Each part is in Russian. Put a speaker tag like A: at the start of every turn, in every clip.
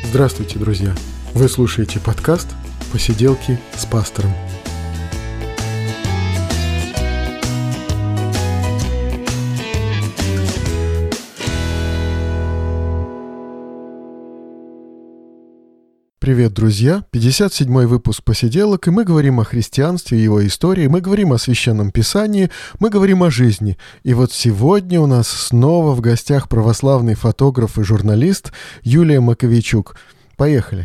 A: Здравствуйте, друзья! Вы слушаете подкаст «Посиделки с пастором». Привет, друзья! 57-й выпуск «Посиделок», и мы говорим о христианстве и его истории, мы говорим о Священном Писании, мы говорим о жизни. И вот сегодня у нас снова в гостях православный фотограф и журналист Юлия Маковейчук. Поехали!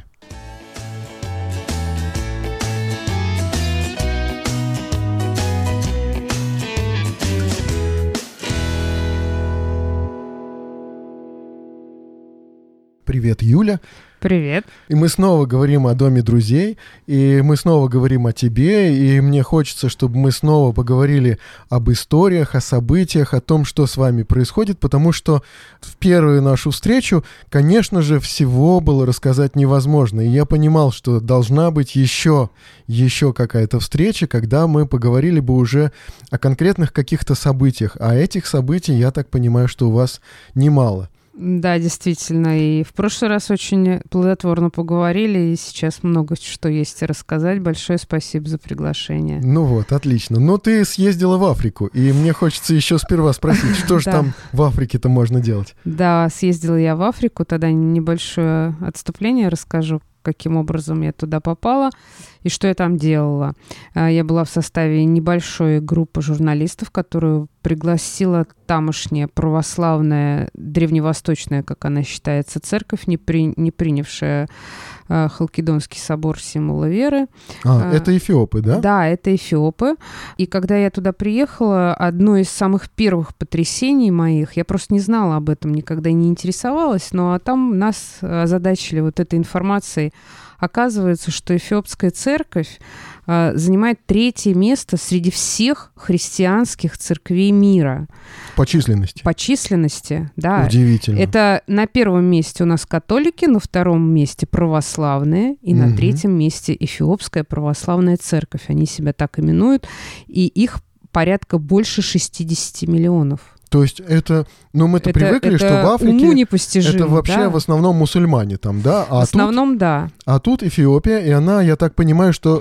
A: Привет, Юля.
B: Привет.
A: И мы снова говорим о Доме друзей, и мы снова говорим о тебе, и мне хочется, чтобы мы снова поговорили об историях, о событиях, о том, что с вами происходит, потому что в первую нашу встречу, конечно же, всего было рассказать невозможно, и я понимал, что должна быть еще какая-то встреча, когда мы поговорили бы уже о конкретных каких-то событиях, а этих событий, я так понимаю, что у вас немало.
B: Да, действительно. И в прошлый раз очень плодотворно поговорили, и сейчас много что есть рассказать. Большое спасибо за приглашение.
A: Ну вот, отлично. Но ты съездила в Африку, и мне хочется еще сперва спросить, что же там в Африке-то можно делать?
B: Да, съездила я в Африку. Тогда небольшое отступление расскажу, каким образом я туда попала и что я там делала. Я была в составе небольшой группы журналистов, которую пригласила тамошняя православная, древневосточная, как она считается, церковь, не принявшая Халкидонский собор символа веры.
A: Это эфиопы, да?
B: Да, это эфиопы. И когда я туда приехала, одно из самых первых потрясений моих, я просто не знала об этом, никогда не интересовалась, но там нас озадачили вот этой информацией. Оказывается, что эфиопская церковь занимает 3-е место среди всех христианских церквей мира.
A: По численности?
B: По численности, да.
A: Удивительно.
B: Это на 1-м месте у нас католики, на 2-м месте православные, и на 3-м месте эфиопская православная церковь. Они себя так именуют, и их порядка больше 60 миллионов.
A: То есть это, мы-то привыкли, что в Африке это вообще в основном мусульмане там, да?
B: В основном, да.
A: А тут Эфиопия, и она, я так понимаю, что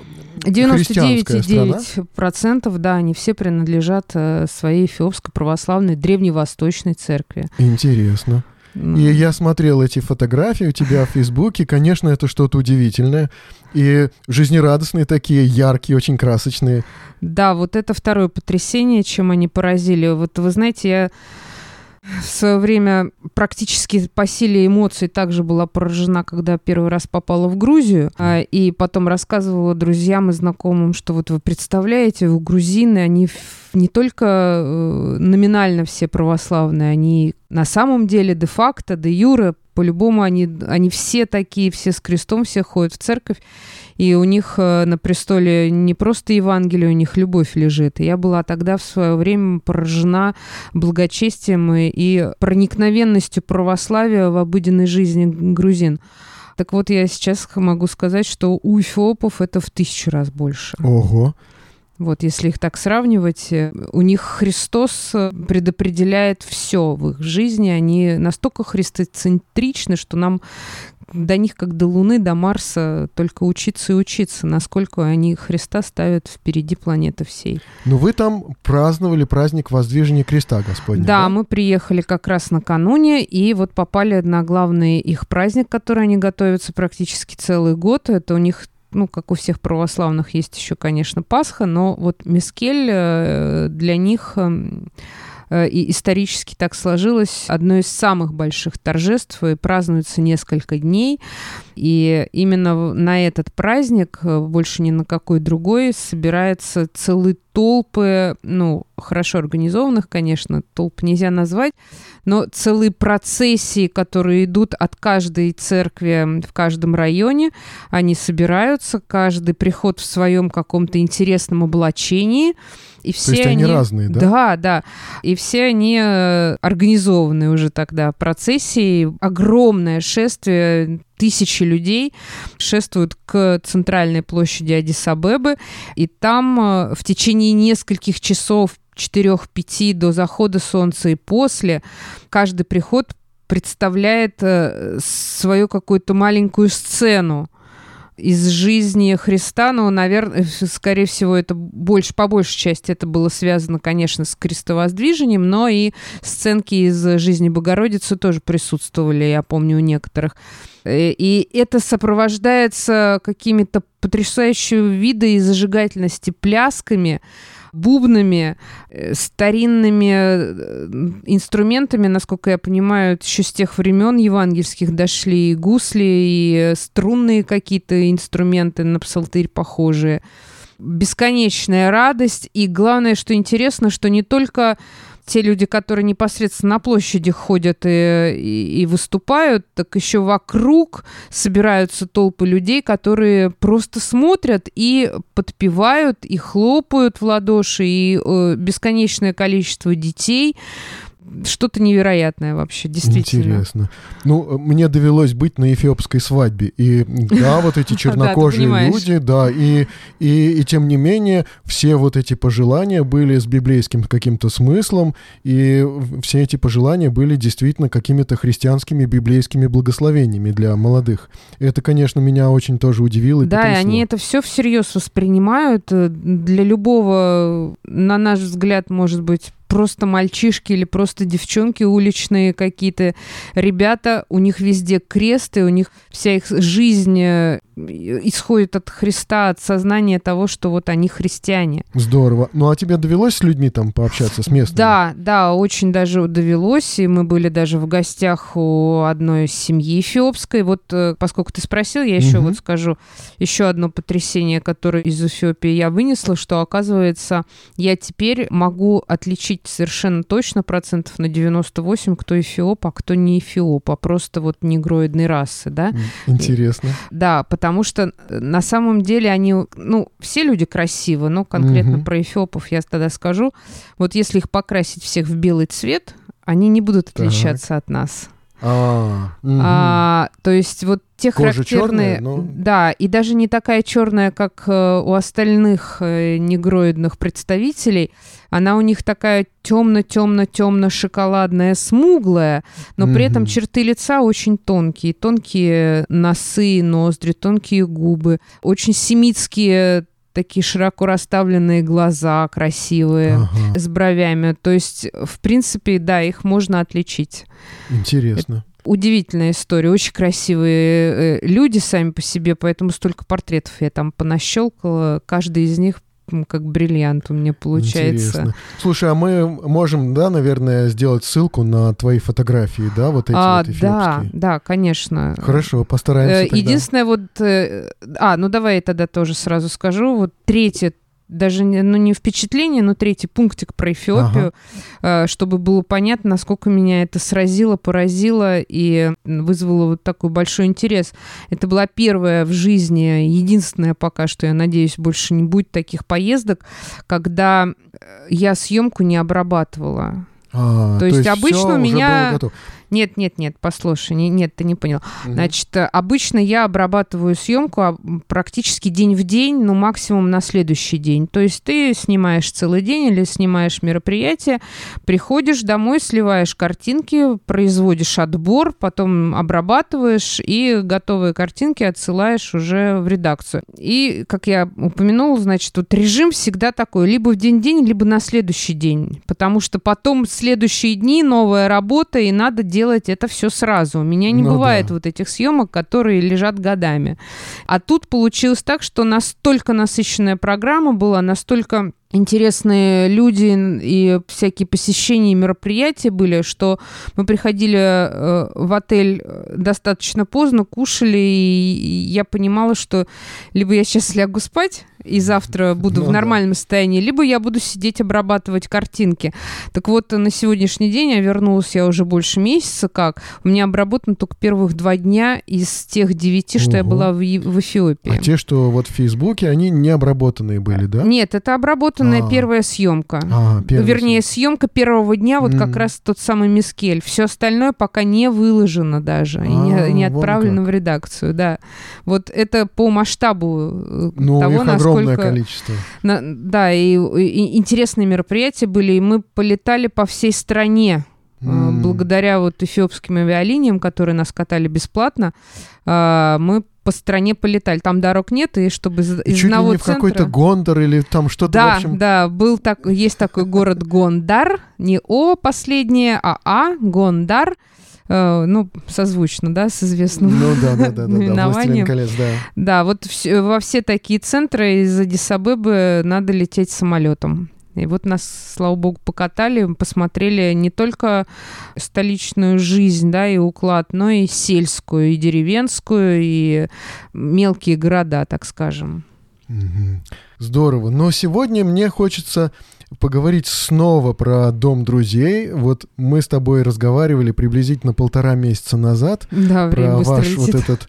B: 99,9%, да, они все принадлежат своей эфиопской православной древневосточной церкви.
A: Интересно. И я смотрел эти фотографии у тебя в Фейсбуке, конечно, это что-то удивительное. И жизнерадостные такие, яркие, очень красочные.
B: Да, вот это второе потрясение, чем они поразили. Вот вы знаете, я в свое время практически по силе эмоций также была поражена, когда первый раз попала в Грузию, и потом рассказывала друзьям и знакомым, что вот вы представляете, грузины, они не только номинально все православные, они на самом деле де-факто, де-юре, по-любому они все такие, все с крестом, все ходят в церковь, и у них на престоле не просто Евангелие, у них любовь лежит. И я была тогда в свое время поражена благочестием и проникновенностью православия в обыденной жизни грузин. Так вот, я сейчас могу сказать, что у эфиопов это в 1000 раз больше.
A: Ого!
B: Вот, если их так сравнивать, у них Христос предопределяет все в их жизни. Они настолько христоцентричны, что нам до них, как до Луны, до Марса, только учиться и учиться, насколько они Христа ставят впереди планеты всей.
A: Но вы там праздновали праздник Воздвижения Креста Господня, да?
B: Да, мы приехали как раз накануне, и вот попали на главный их праздник, который они готовятся практически целый год. Это у них, как у всех православных, есть еще, конечно, Пасха, но вот Мескель для них, и исторически так сложилось, одно из самых больших торжеств, и празднуется несколько дней. И именно на этот праздник, больше ни на какой другой, собираются целые толпы, хорошо организованных, конечно, толп нельзя назвать, но целые процессии, которые идут от каждой церкви в каждом районе, они собираются, каждый приход в своем каком-то интересном облачении. И все
A: То есть они разные, да?
B: Да. И все они организованные уже тогда процессией. Огромное шествие, 1000 людей шествуют к центральной площади Аддис-Абебы, и там в течение нескольких часов, 4-5 до захода солнца и после, каждый приход представляет свою какую-то маленькую сцену из жизни Христа, но, наверное, скорее всего, это по большей части это было связано, конечно, с крестовоздвижением, но и сценки из жизни Богородицы тоже присутствовали, я помню, у некоторых. И это сопровождается какими-то потрясающими вида и зажигательности плясками, бубнами, старинными инструментами, насколько я понимаю, еще с тех времен евангельских дошли и гусли, и струнные какие-то инструменты на псалтырь похожие. Бесконечная радость. И главное, что интересно, что не только те люди, которые непосредственно на площади ходят и выступают, так еще вокруг собираются толпы людей, которые просто смотрят и подпевают, и хлопают в ладоши, и бесконечное количество детей. Что-то невероятное вообще, действительно.
A: Интересно. Ну, мне довелось быть на эфиопской свадьбе. И да, вот эти чернокожие люди, да, и тем не менее, все вот эти пожелания были с библейским каким-то смыслом, и все эти пожелания были действительно какими-то христианскими библейскими благословениями для молодых. Это, конечно, меня очень тоже удивило и потрясло.
B: Да, и они это все всерьез воспринимают. Для любого, на наш взгляд, может быть, просто мальчишки или просто девчонки уличные какие-то ребята, у них везде крест, и у них вся их жизнь исходит от Христа, от сознания того, что вот они христиане.
A: Здорово. Ну, а тебе довелось с людьми там пообщаться, с местными?
B: Да, очень даже довелось, и мы были даже в гостях у одной семьи эфиопской. Вот, поскольку ты спросил, я еще вот скажу еще одно потрясение, которое из Эфиопии я вынесла, что, оказывается, я теперь могу отличить совершенно точно процентов на 98, кто эфиоп, а кто не эфиоп, а просто вот негроидной расы, да?
A: Интересно.
B: Да, потому что на самом деле они, все люди красивы, но конкретно про эфиопов я тогда скажу. Вот если их покрасить всех в белый цвет, они не будут отличаться от нас. То есть вот те
A: кожа
B: характерные...
A: черная, но...
B: Да, и даже не такая черная, как у остальных негроидных представителей. Она у них такая темно-темно-темно-шоколадная, смуглая, но при этом черты лица очень тонкие. Тонкие носы, ноздри, тонкие губы, очень семитские такие широко расставленные глаза, красивые, с бровями. То есть, в принципе, да, их можно отличить.
A: Интересно.
B: Удивительная история. Очень красивые люди сами по себе, поэтому столько портретов я там понащелкала. Каждый из них как бриллиант у меня получается.
A: Интересно. Слушай, а мы можем, да, наверное, сделать ссылку на твои фотографии, да, вот эти вот эфиопские?
B: Да, конечно.
A: Хорошо, постараемся тогда.
B: Единственное, вот... давай я тогда тоже сразу скажу. Вот третье, даже не впечатление, но третий пунктик про Эфиопию, чтобы было понятно, насколько меня это сразило, поразило и вызвало вот такой большой интерес. Это была первая в жизни, единственная пока что, я надеюсь, больше не будет таких поездок, когда я съемку не обрабатывала. То есть обычно у меня... Нет, послушай, нет, ты не понял. Значит, обычно я обрабатываю съемку практически день в день, максимум на следующий день. То есть ты снимаешь целый день или снимаешь мероприятие, приходишь домой, сливаешь картинки, производишь отбор, потом обрабатываешь и готовые картинки отсылаешь уже в редакцию. И, как я упомянула, значит, вот режим всегда такой, либо в день, либо на следующий день, потому что потом следующие дни новая работа, и надо делать это все сразу. У меня не бывает вот этих съемок, которые лежат годами. А тут получилось так, что настолько насыщенная программа была, настолько интересные люди и всякие посещения и мероприятия были, что мы приходили в отель достаточно поздно, кушали, и я понимала, что либо я сейчас лягу спать, и завтра буду в нормальном состоянии, либо я буду сидеть обрабатывать картинки. Так вот, на сегодняшний день я вернулась, я уже больше месяца как. У меня обработано только первых 2 дня из тех 9, что я была в Эфиопии.
A: А те, что вот в Фейсбуке, они не обработанные были, да?
B: Нет, это обработанная первая съемка. Съемка первого дня, вот как раз тот самый Мискель. Все остальное пока не выложено даже, и не отправлено в редакцию, да. Вот это по масштабу того, насколько...
A: огромное количество.
B: И интересные мероприятия были, и мы полетали по всей стране. Благодаря вот эфиопским авиалиниям, которые нас катали бесплатно, мы по стране полетали. Там дорог нет, и чтобы из одного центра...
A: Чуть ли не в какой-то Гондор или там что-то,
B: да,
A: в общем...
B: Да, есть такой город Гондар, не О последнее, а Гондар. Созвучно, да, с известным наименованием.
A: «Властелин колец», да.
B: Да, вот во все такие центры из Аддис-Абебы надо лететь самолетом. И вот нас, слава богу, покатали, посмотрели не только столичную жизнь, да, и уклад, но и сельскую, и деревенскую, и мелкие города, так скажем.
A: Здорово. Но сегодня мне хочется поговорить снова про Дом друзей. Вот мы с тобой разговаривали приблизительно 1,5 месяца назад.
B: Да, время быстро
A: летит.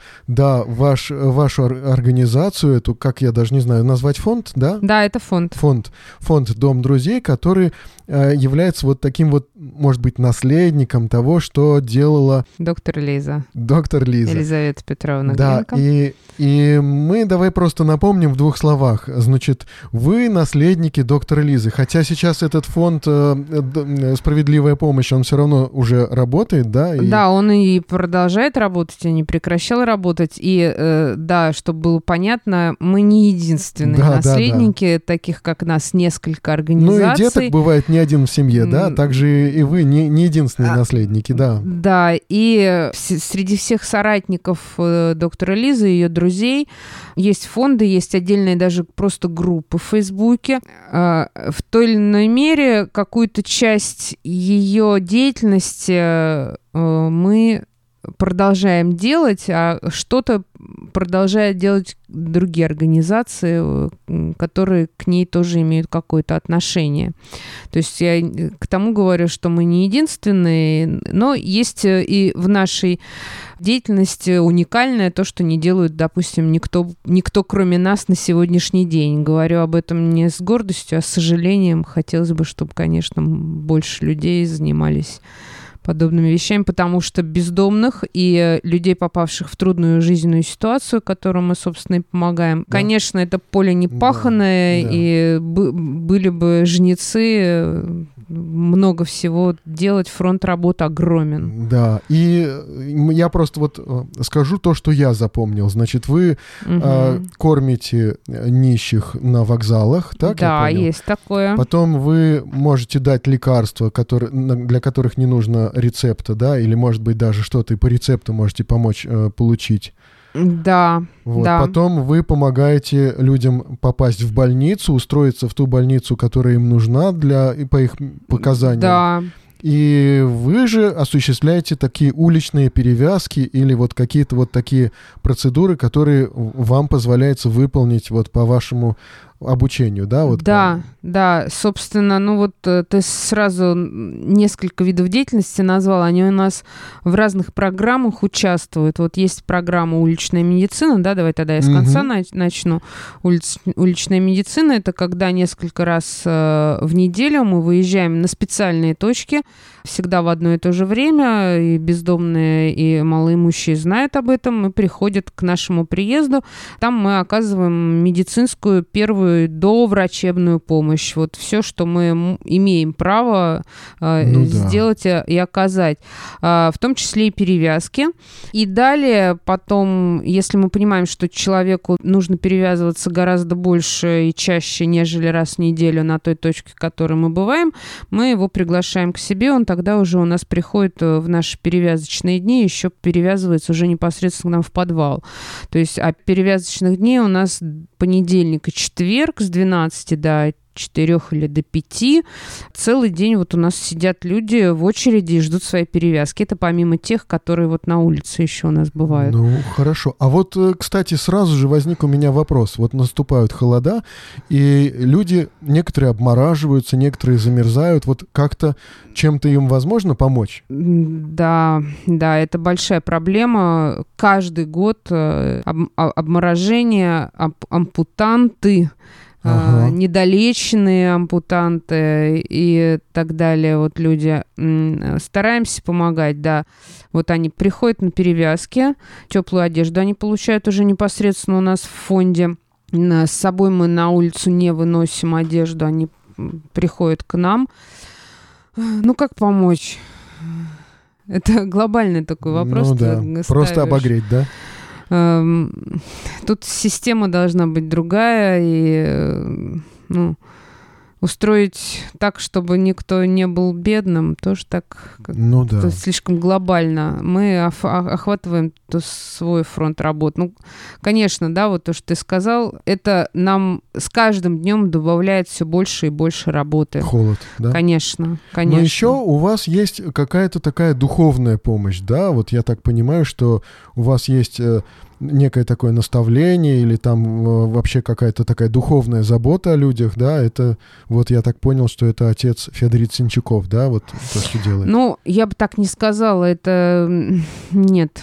A: Вашу организацию, эту, как я даже не знаю, назвать фонд, да?
B: Да, это фонд.
A: Фонд Дом друзей, который является вот таким вот, может быть, наследником того, что делала...
B: Доктор Лиза.
A: Елизавета
B: Петровна
A: Гринко. Да, и мы давай просто напомним в 2 словах. Значит, вы наследники доктора Лизы. Хотя сейчас этот фонд «Справедливая помощь», он все равно уже работает, да?
B: Да, он и продолжает работать, и не прекращал работать. И да, чтобы было понятно, мы не единственные наследники, таких как нас несколько организаций.
A: Ну и деток бывает не один в семье, да? Также и вы не единственные наследники, да.
B: Да, и среди всех соратников доктора Лизы и ее друзей есть фонды, есть отдельные даже просто группы в Фейсбуке. В той или иной мере какую-то часть ее деятельности мы продолжаем делать, а что-то продолжают делать другие организации, которые к ней тоже имеют какое-то отношение. То есть я к тому говорю, что мы не единственные, но есть и в нашей деятельности уникальное то, что не делают, допустим, никто кроме нас на сегодняшний день. Говорю об этом не с гордостью, а с сожалением. Хотелось бы, чтобы, конечно, больше людей занимались подобными вещами, потому что бездомных и людей, попавших в трудную жизненную ситуацию, которым мы, собственно, и помогаем. Да. Конечно, это поле не паханое, да. И были бы жнецы, много всего делать, фронт работы огромен.
A: Да, и я просто вот скажу то, что я запомнил. Значит, вы кормите нищих на вокзалах, так?
B: Да, есть такое.
A: Потом вы можете дать лекарства, для которых не нужно рецепта, да, или, может быть, даже что-то и по рецепту можете помочь получить.
B: Да,
A: вот.
B: Да.
A: Потом вы помогаете людям попасть в больницу, устроиться в ту больницу, которая им нужна по их показаниям.
B: Да.
A: И вы же осуществляете такие уличные перевязки или вот какие-то вот такие процедуры, которые вам позволяется выполнить вот по вашему обучению, да? Вот
B: да, собственно, ты сразу несколько видов деятельности назвал, они у нас в разных программах участвуют. Вот есть программа «Уличная медицина», да, давай тогда я с конца начну. Уличная медицина — это когда несколько раз в неделю мы выезжаем на специальные точки, всегда в одно и то же время, и бездомные, и малоимущие знают об этом, и приходят к нашему приезду. Там мы оказываем медицинскую первую доврачебную помощь. Вот все, что мы имеем право сделать и оказать. В том числе и перевязки. И далее потом, если мы понимаем, что человеку нужно перевязываться гораздо больше и чаще, нежели раз в неделю на той точке, в которой мы бываем, мы его приглашаем к себе, он тогда уже у нас приходит в наши перевязочные дни, еще перевязывается уже непосредственно к нам в подвал. То есть, а перевязочных дней у нас понедельник и четверг с 12 до 4 или до 5. Целый день вот у нас сидят люди в очереди и ждут своей перевязки. Это помимо тех, которые вот на улице еще у нас бывают.
A: Ну, хорошо. А вот, кстати, сразу же возник у меня вопрос. Вот наступают холода, и люди, некоторые обмораживаются, некоторые замерзают. Вот как-то чем-то им возможно помочь?
B: Да, это большая проблема. Каждый год обморожение, ампутанты, недолеченные ампутанты и так далее, вот люди. Стараемся помогать, да. Вот они приходят на перевязки, теплую одежду они получают уже непосредственно у нас в фонде. С собой мы на улицу не выносим одежду, они приходят к нам. Ну, как помочь? Это глобальный такой вопрос.
A: Ну да, просто обогреть, да?
B: Тут система должна быть другая, и устроить так, чтобы никто не был бедным, тоже так
A: да.
B: слишком глобально. Мы охватываем свой фронт работ. Конечно, да, вот то, что ты сказал, это нам с каждым днем добавляет все больше и больше работы.
A: Холод, да?
B: Конечно.
A: Но еще у вас есть какая-то такая духовная помощь, да? Вот я так понимаю, что у вас есть некое такое наставление или там вообще какая-то такая духовная забота о людях, да? Это вот я так понял, что это отец Феодорит Синчуков, да? Вот то, что делает.
B: Я бы так не сказала. Это нет.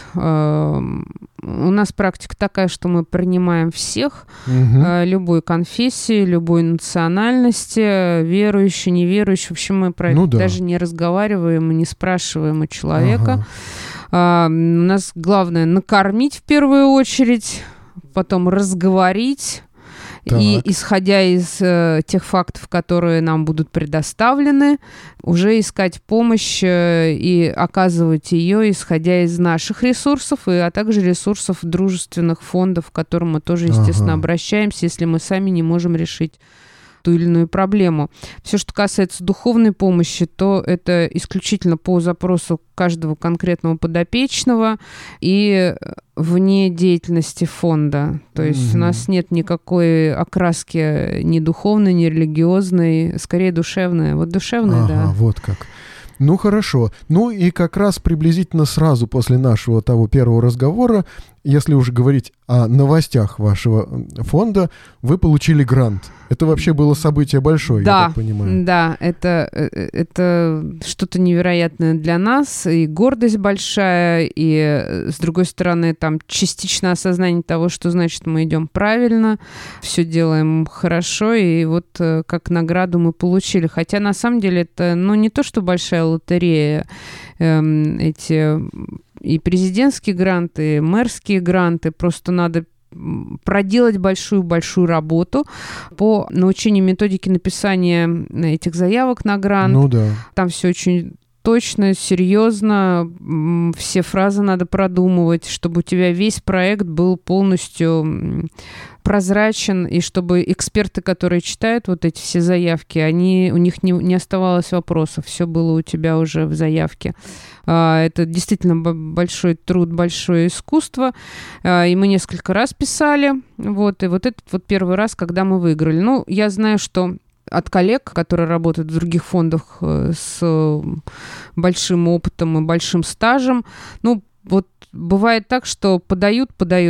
B: У нас практика такая, что мы принимаем всех, любой конфессии, любой национальности, верующий, неверующий. В общем, мы про это даже не разговариваем и не спрашиваем у человека. У нас главное накормить в первую очередь, потом разговорить.
A: Так.
B: И, исходя из тех фактов, которые нам будут предоставлены, уже искать помощь и оказывать ее, исходя из наших ресурсов, а также ресурсов дружественных фондов, к которым мы тоже, естественно, обращаемся, если мы сами не можем решить ту или иную проблему. Все, что касается духовной помощи, то это исключительно по запросу каждого конкретного подопечного и вне деятельности фонда. То есть у нас нет никакой окраски ни духовной, ни религиозной, скорее душевная. Вот душевная, да.
A: Вот как. Хорошо. И как раз приблизительно сразу после нашего того первого разговора, если уже говорить о новостях вашего фонда, вы получили грант. Это вообще было событие большое, я так понимаю.
B: Да, это что-то невероятное для нас, и гордость большая, и, с другой стороны, там частично осознание того, что значит мы идем правильно, все делаем хорошо, и вот как награду мы получили. Хотя, на самом деле, это, не то, что большая лотерея, эти и президентские гранты, и мэрские гранты, просто надо проделать большую-большую работу по научению методики написания этих заявок на грант. Там все очень точно, серьезно, все фразы надо продумывать, чтобы у тебя весь проект был полностью прозрачен, и чтобы эксперты, которые читают вот эти все заявки, у них не оставалось вопросов, все было у тебя уже в заявке. Это действительно большой труд, большое искусство, и мы несколько раз писали, и вот этот вот первый раз, когда мы выиграли. Я знаю, что от коллег, которые работают в других фондах с большим опытом и большим стажем, вот бывает так, что подают,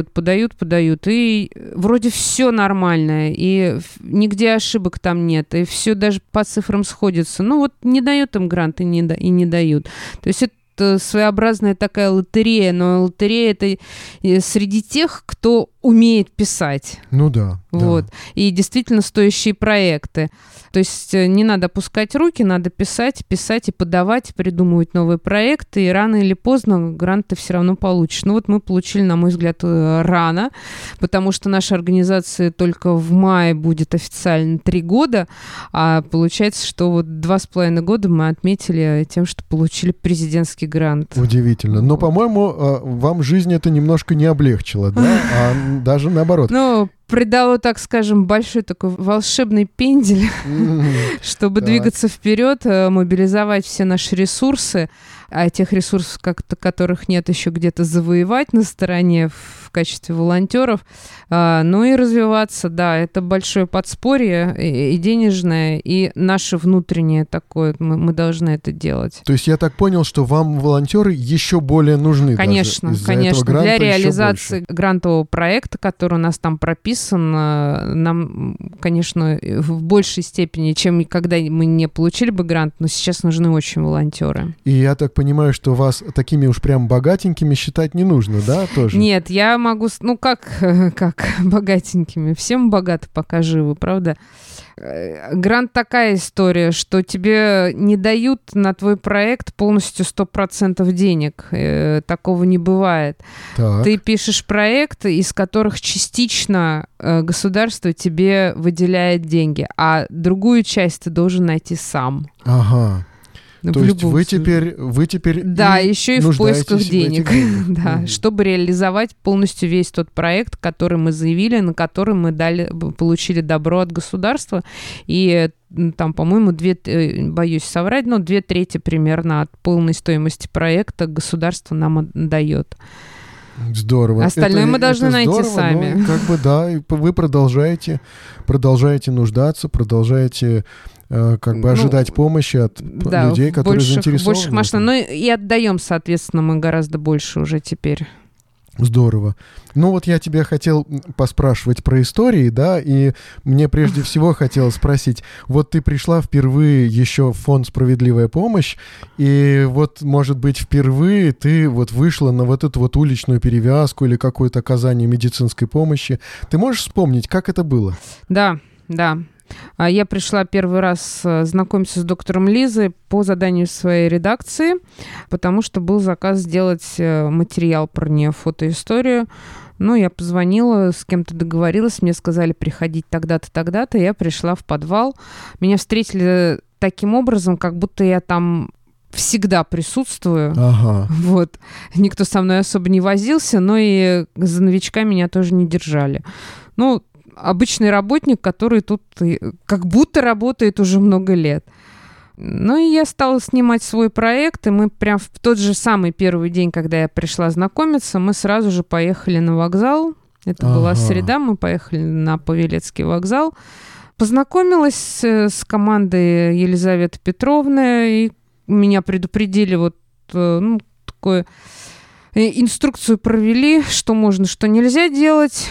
B: и вроде все нормально, и нигде ошибок там нет, и все даже по цифрам сходится. Не дают им грант и не дают. То есть это своеобразная такая лотерея, но лотерея это среди тех, кто умеет писать. Вот. И действительно стоящие проекты. То есть не надо опускать руки, надо писать и подавать, придумывать новые проекты, и рано или поздно грант ты все равно получишь. Мы получили, на мой взгляд, рано, потому что наша организация только в мае будет официально 3 года, а получается, что 2,5 года мы отметили тем, что получили президентский грант.
A: Удивительно. Но, по-моему, вам жизнь это немножко не облегчило, да? А даже наоборот.
B: Придало, так скажем, большой такой волшебный пендель, чтобы двигаться вперед, мобилизовать все наши ресурсы, а тех ресурсов, которых нет, еще где-то завоевать на стороне в качестве волонтеров, и развиваться, да, это большое подспорье и денежное, и наше внутреннее такое, мы должны это делать.
A: То есть я так понял, что вам волонтеры еще более нужны.
B: Конечно, для реализации грантового проекта, который у нас там прописан, нам, конечно, в большей степени, чем когда мы не получили бы грант, но сейчас нужны очень волонтеры.
A: И я так понимаю, что вас такими уж прям богатенькими считать не нужно, да, тоже?
B: Нет, я могу... как богатенькими? Всем богаты, пока живы, правда? Грант такая история, что тебе не дают на твой проект полностью 100% денег. Такого не бывает.
A: Так.
B: Ты пишешь проект, из которых частично государство тебе выделяет деньги, а другую часть ты должен найти сам.
A: Ага. То есть вы теперь
B: да, еще и в поисках денег, да,
A: Мгм.
B: чтобы реализовать полностью весь тот проект, который мы заявили, на который мы получили добро от государства. И там, по-моему, боюсь соврать, но 2/3 примерно от полной стоимости проекта государство нам дает.
A: Здорово.
B: Остальное мы должны найти
A: здорово,
B: сами.
A: но как бы да, и вы продолжаете нуждаться, продолжаете ожидать помощи от людей, которые заинтересованы.
B: Больших масштабов. Ну и отдаем, соответственно, мы гораздо больше уже теперь.
A: Здорово. Ну вот я тебя хотел поспрашивать про истории, да, и мне прежде всего хотелось спросить, вот ты пришла впервые еще в фонд «Справедливая помощь», и вот, может быть, впервые ты вот вышла на вот эту вот уличную перевязку или какое-то оказание медицинской помощи. Ты можешь вспомнить, как это было?
B: Да. Я пришла первый раз знакомиться с доктором Лизой по заданию своей редакции, потому что был заказ сделать материал про нее, фотоисторию. Ну, я позвонила, с кем-то договорилась, мне сказали приходить тогда-то, тогда-то. Я пришла в подвал. Меня встретили таким образом, как будто я там всегда присутствую.
A: Ага.
B: Вот. Никто со мной особо не возился, но и за новичка меня тоже не держали. Ну, обычный работник, который тут как будто работает уже много лет. Ну и я стала снимать свой проект, и мы прям в тот же самый первый день, когда я пришла знакомиться, мы сразу же поехали на вокзал. Это была среда, мы поехали на Павелецкий вокзал. Познакомилась с командой Елизаветы Петровны, и меня предупредили вот такое... Инструкцию провели, что можно, что нельзя делать.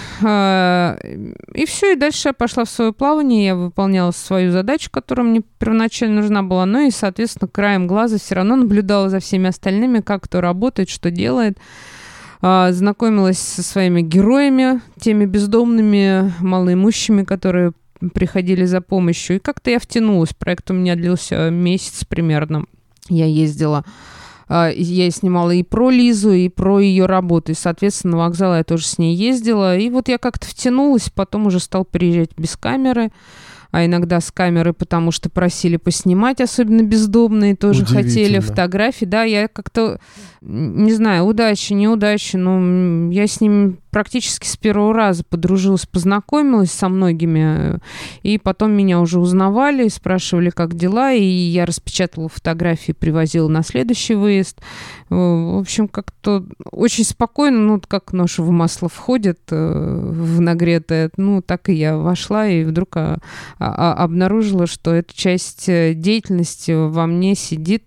B: И все, и дальше я пошла в свое плавание, я выполняла свою задачу, которая мне первоначально нужна была. Ну и, соответственно, краем глаза все равно наблюдала за всеми остальными, как кто работает, что делает. Знакомилась со своими героями, теми бездомными, малоимущими, которые приходили за помощью. И как-то я втянулась. Проект у меня длился месяц примерно. Я ездила... Я снимала и про Лизу, и про ее работу. И, соответственно, на вокзал я тоже с ней ездила. И вот я как-то втянулась, потом уже стал приезжать без камеры, а иногда с камерой, потому что просили поснимать, особенно бездомные, тоже хотели фотографии. Да, я как-то, не знаю, удачи, неудачи, но я с ними практически с первого раза подружилась, познакомилась со многими, и потом меня уже узнавали, спрашивали, как дела, и я распечатала фотографии, привозила на следующий выезд. В общем, как-то очень спокойно, ну, как нож в масло входит в нагретое, ну, так и я вошла, и вдруг обнаружила, что эта часть деятельности во мне сидит,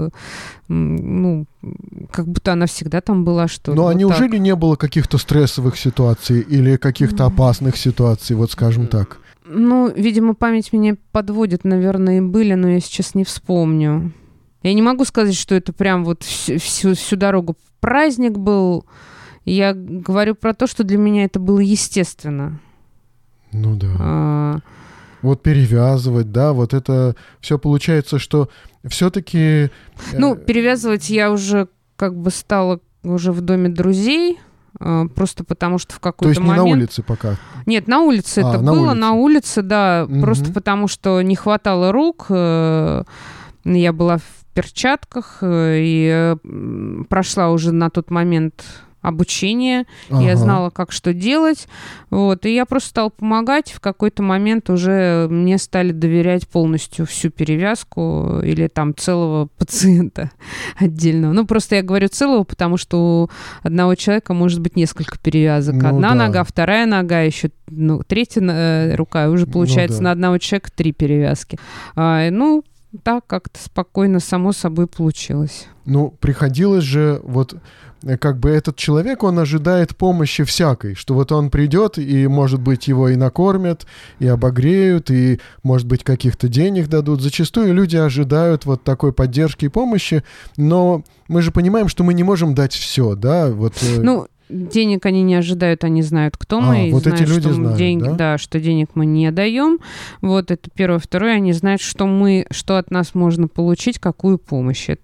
B: ну, как будто она всегда там была, что ли.
A: Ну, а
B: вот
A: неужели
B: так.
A: не было каких-то стрессовых ситуаций или каких-то опасных ситуаций, вот скажем так?
B: Ну, видимо, память меня подводит, наверное, и были, но я сейчас не вспомню. Я не могу сказать, что это прям вот всю дорогу праздник был. Я говорю про то, что для меня это было естественно.
A: Ну да. Вот перевязывать, да, вот это все получается, что все-таки...
B: Ну, перевязывать я уже как бы стала уже в доме друзей, просто потому что в какой-то момент...
A: То есть не на улице пока?
B: Нет, на улице это
A: на
B: было,
A: улице.
B: на улице, да, просто потому что не хватало рук, я была в перчатках и прошла уже на тот момент обучение, я знала, как что делать, вот, и я просто стала помогать, в какой-то момент уже мне стали доверять полностью всю перевязку или там целого пациента отдельного. Ну, просто я говорю целого, потому что у одного человека может быть несколько перевязок.
A: Ну,
B: одна
A: да.
B: нога, вторая нога, еще третья рука, и уже получается на одного человека 3 перевязки. Ну, так как-то спокойно, само собой получилось.
A: Ну, приходилось же вот... Как бы этот человек, он ожидает помощи всякой, что вот он придет, и, может быть, его и накормят, и обогреют, и, может быть, каких-то денег дадут. Зачастую люди ожидают вот такой поддержки и помощи, но мы же понимаем, что мы не можем дать все, да? Вот,
B: ну, денег они не ожидают, они знают, кто мы, и
A: вот
B: знают,
A: эти люди
B: что
A: знают, да?
B: Что денег мы не даем. Вот это первое. Второе, они знают, что от нас можно получить, какую помощь. Это вот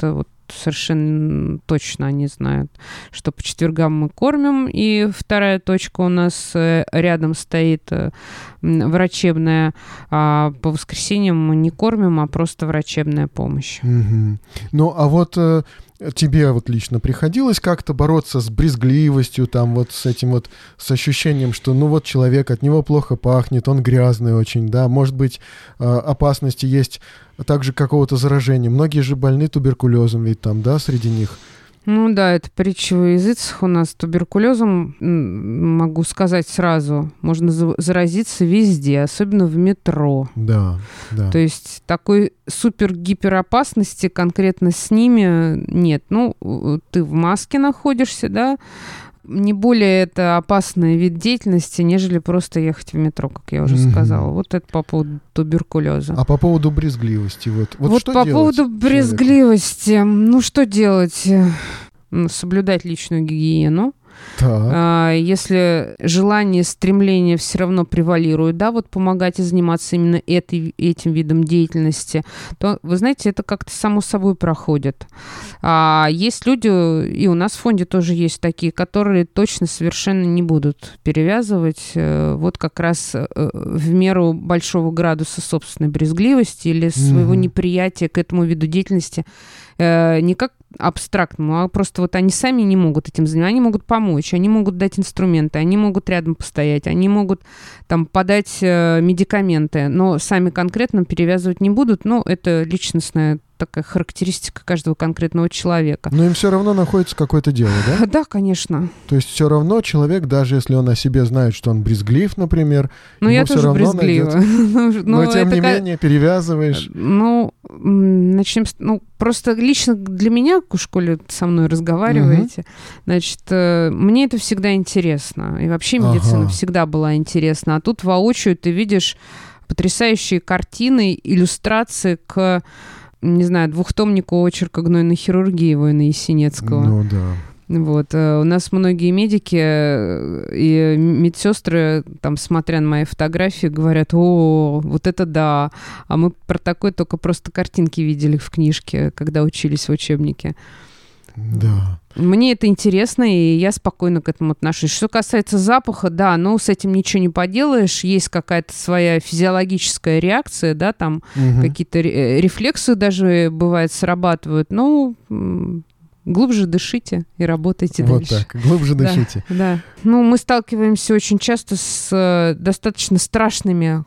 B: совершенно точно они знают, что по четвергам мы кормим. И вторая точка у нас рядом стоит врачебная, а по воскресеньям мы не кормим, а просто врачебная помощь.
A: Угу. Ну, а вот тебе вот лично приходилось как-то бороться с брезгливостью, там вот с этим вот, с ощущением, что ну вот человек, от него плохо пахнет, он грязный очень, да, может быть, опасности есть также какого-то заражения. Многие же больны туберкулезом ведь там, да, среди них.
B: Ну да, это притча во языцах у нас. Туберкулезом, могу сказать сразу, можно заразиться везде, особенно в метро.
A: Да, да.
B: То есть такой супер-гиперопасности конкретно с ними нет. Ну, ты в маске находишься, да, не более это опасный вид деятельности, нежели просто ехать в метро, как я уже сказала. Вот это по поводу туберкулеза.
A: А по поводу брезгливости? Вот что
B: по
A: делать
B: поводу брезгливости, ну что делать? Соблюдать личную гигиену.
A: Так.
B: Если желание, стремление все равно превалирует, да, вот помогать и заниматься именно этим видом деятельности, то, вы знаете, это как-то само собой проходит. Есть люди, и у нас в фонде тоже есть такие, которые точно совершенно не будут перевязывать вот как раз в меру большого градуса собственной брезгливости или своего неприятия к этому виду деятельности, не как абстрактному, а просто вот они сами не могут этим заниматься, они могут помочь, они могут дать инструменты, они могут рядом постоять, они могут там подать медикаменты, но сами конкретно перевязывать не будут, но это личностная такая характеристика каждого конкретного человека.
A: Но им все равно находится какое-то дело, да?
B: Да, конечно.
A: То есть все равно человек, даже если он о себе знает, что он брезглив, например,
B: ну, я тоже брезглива.
A: Но тем не менее перевязываешь.
B: Ну, начнем с... Ну, просто лично для меня, в школе со мной разговариваете, значит, мне это всегда интересно. И вообще медицина всегда была интересна. А тут воочию ты видишь потрясающие картины, иллюстрации к, не знаю, двухтомнику очерка «Гнойной хирургии» Войны Есенинского.
A: Ну да.
B: Вот. У нас многие медики и медсестры, там, смотря на мои фотографии, говорят: о, вот это да. А мы про такое только просто картинки видели в книжке, когда учились в учебнике.
A: Да.
B: Мне это интересно, и я спокойно к этому отношусь. Что касается запаха, да, ну, с этим ничего не поделаешь. Есть какая-то своя физиологическая реакция, да, там какие-то рефлексы даже, бывает, срабатывают. Ну, глубже дышите и работайте дальше.
A: Вот так, глубже дышите.
B: Да. Ну, мы сталкиваемся очень часто с достаточно страшными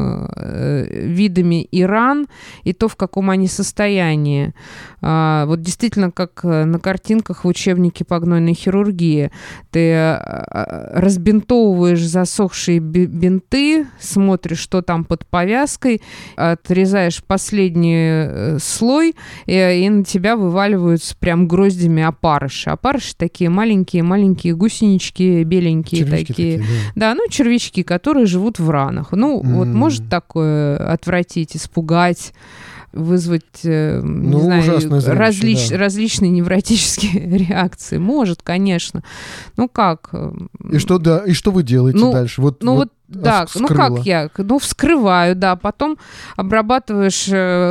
B: видами и ран, и то, в каком они состоянии. Вот действительно, как на картинках в учебнике по гнойной хирургии. Ты разбинтовываешь засохшие бинты, смотришь, что там под повязкой, отрезаешь последний слой, и на тебя вываливаются прям гроздями опарыши. Опарыши такие маленькие гусенички, беленькие такие. Да, ну, червячки, которые живут в ранах. Ну, вот может такое отвратить, испугать, вызвать, не знаю, различные невротические реакции. Может, конечно. Ну как?
A: И что вы делаете дальше?
B: Да, как я? Ну, вскрываю, да, потом обрабатываешь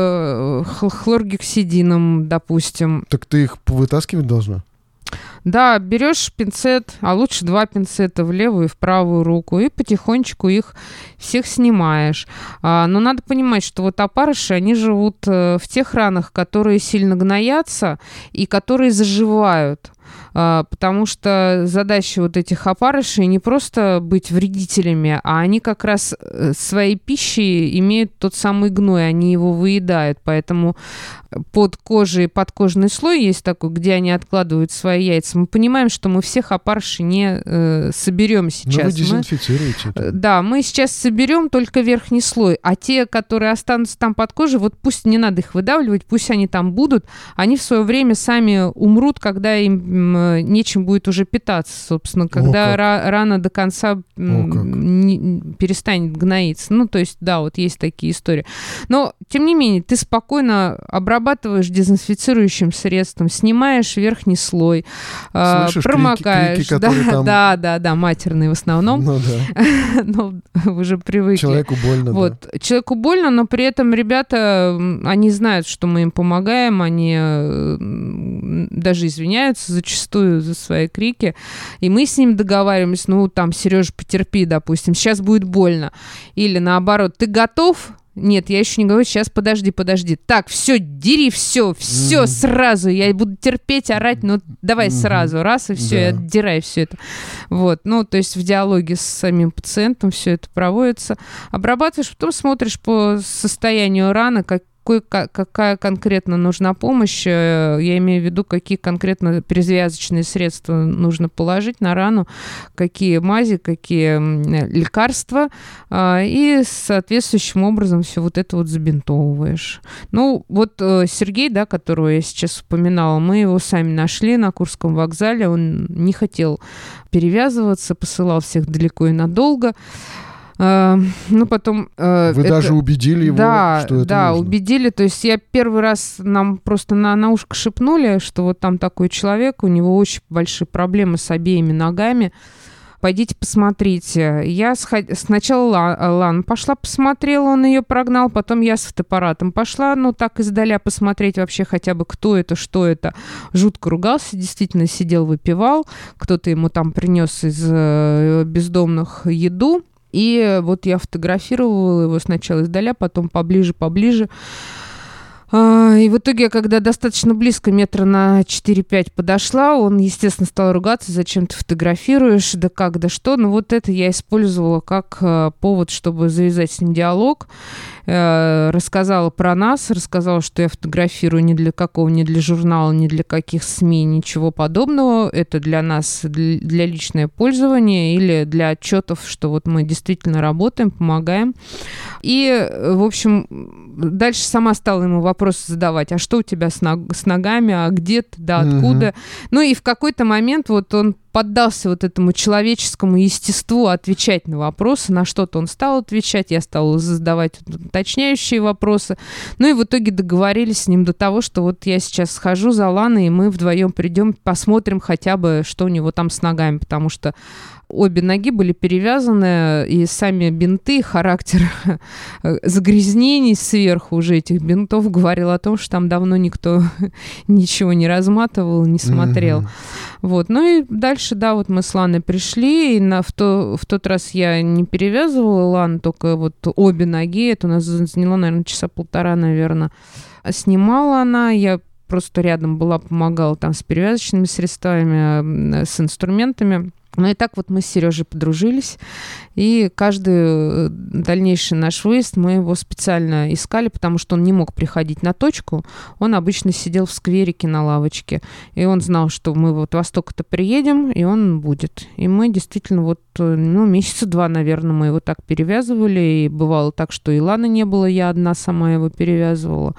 B: хлоргексидином, допустим.
A: Так ты их вытаскивать должна?
B: Да, берешь пинцет, а лучше 2 пинцета в левую и в правую руку, и потихонечку их всех снимаешь. Но надо понимать, что вот опарыши, они живут в тех ранах, которые сильно гноятся и которые заживают. Потому что задача вот этих опарышей не просто быть вредителями, а они как раз своей пищей имеют тот самый гной, они его выедают, поэтому под кожей подкожный слой есть такой, где они откладывают свои яйца. Мы понимаем, что мы всех опарышей не соберем сейчас.
A: Но вы дезинфицируете это.
B: Да, мы сейчас соберем только верхний слой, а те, которые останутся там под кожей, вот пусть не надо их выдавливать, пусть они там будут, они в свое время сами умрут, когда им нечем будет уже питаться, собственно, когда рана до конца не перестанет гноиться. Ну, то есть, да, вот есть такие истории. Но, тем не менее, ты спокойно обрабатываешь дезинфицирующим средством, снимаешь верхний слой,
A: Слышишь
B: промокаешь.
A: крики, там...
B: Да, матерные в основном.
A: Ну да.
B: Но уже привыкли.
A: Человеку больно,
B: вот. Да. Человеку больно, но при этом ребята, они знают, что мы им помогаем, они даже извиняются зачастую за свои крики, и мы с ним договариваемся, ну, там, Сережа, потерпи, допустим, сейчас будет больно. Или наоборот, ты готов? Нет, я еще не говорю, сейчас подожди. Так, все, дери, все сразу. Я буду терпеть, орать, но давай сразу, раз, и все, и отдирай все это. Вот, ну, то есть в диалоге с самим пациентом все это проводится. Обрабатываешь, потом смотришь по состоянию раны, какая конкретно нужна помощь, я имею в виду, какие конкретно перевязочные средства нужно положить на рану, какие мази, какие лекарства, и соответствующим образом все вот это вот забинтовываешь. Ну, вот Сергей, да, которого я сейчас упоминала, мы его сами нашли на Курском вокзале, он не хотел перевязываться, посылал всех далеко и надолго. Ну, потом...
A: Вы даже убедили его, что это нужно?
B: Да, убедили. То есть я первый раз, нам просто на ушко шепнули, что вот там такой человек, у него очень большие проблемы с обеими ногами. Пойдите посмотрите. Я сначала Лана пошла посмотрела, он ее прогнал, потом я с фотоаппаратом пошла, ну так издаля посмотреть вообще хотя бы кто это, что это. Жутко ругался, действительно сидел, выпивал. Кто-то ему там принес из бездомных еду. И вот я фотографировала его сначала издаля, потом поближе. И в итоге, когда достаточно близко, метра на 4-5 подошла, он, естественно, стал ругаться, зачем ты фотографируешь, да как, да что. Но вот это я использовала как повод, чтобы завязать с ним диалог. Рассказала про нас, рассказала, что я фотографирую ни для журнала, ни для каких СМИ, ничего подобного. Это для нас, для личного пользования или для отчетов, что вот мы действительно работаем, помогаем. И, в общем, дальше сама стала ему вопросы задавать. А что у тебя с ногами? А где ты? Да, откуда? Ну и в какой-то момент вот он поддался вот этому человеческому естеству отвечать на вопросы. На что-то он стал отвечать, я стала задавать уточняющие вопросы. Ну и в итоге договорились с ним до того, что вот я сейчас схожу за Ланой, и мы вдвоем придем, посмотрим хотя бы, что у него там с ногами, потому что обе ноги были перевязаны, и сами бинты, характер загрязнений сверху уже этих бинтов говорил о том, что там давно никто ничего не разматывал, не смотрел. Вот. Ну и дальше, да, вот мы с Ланой пришли, и в тот раз я не перевязывала Лану, только вот обе ноги, это у нас заняло, наверное, часа полтора, наверное. Снимала она, я просто рядом была, помогала там с перевязочными средствами, с инструментами. Ну и так вот мы с Сережей подружились, и каждый дальнейший наш выезд мы его специально искали, потому что он не мог приходить на точку, он обычно сидел в скверике на лавочке, и он знал, что мы вот во столько-то приедем, и он будет. И мы действительно вот, месяца 2, наверное, мы его так перевязывали, и бывало так, что и Ланы не было, я одна сама его перевязывала.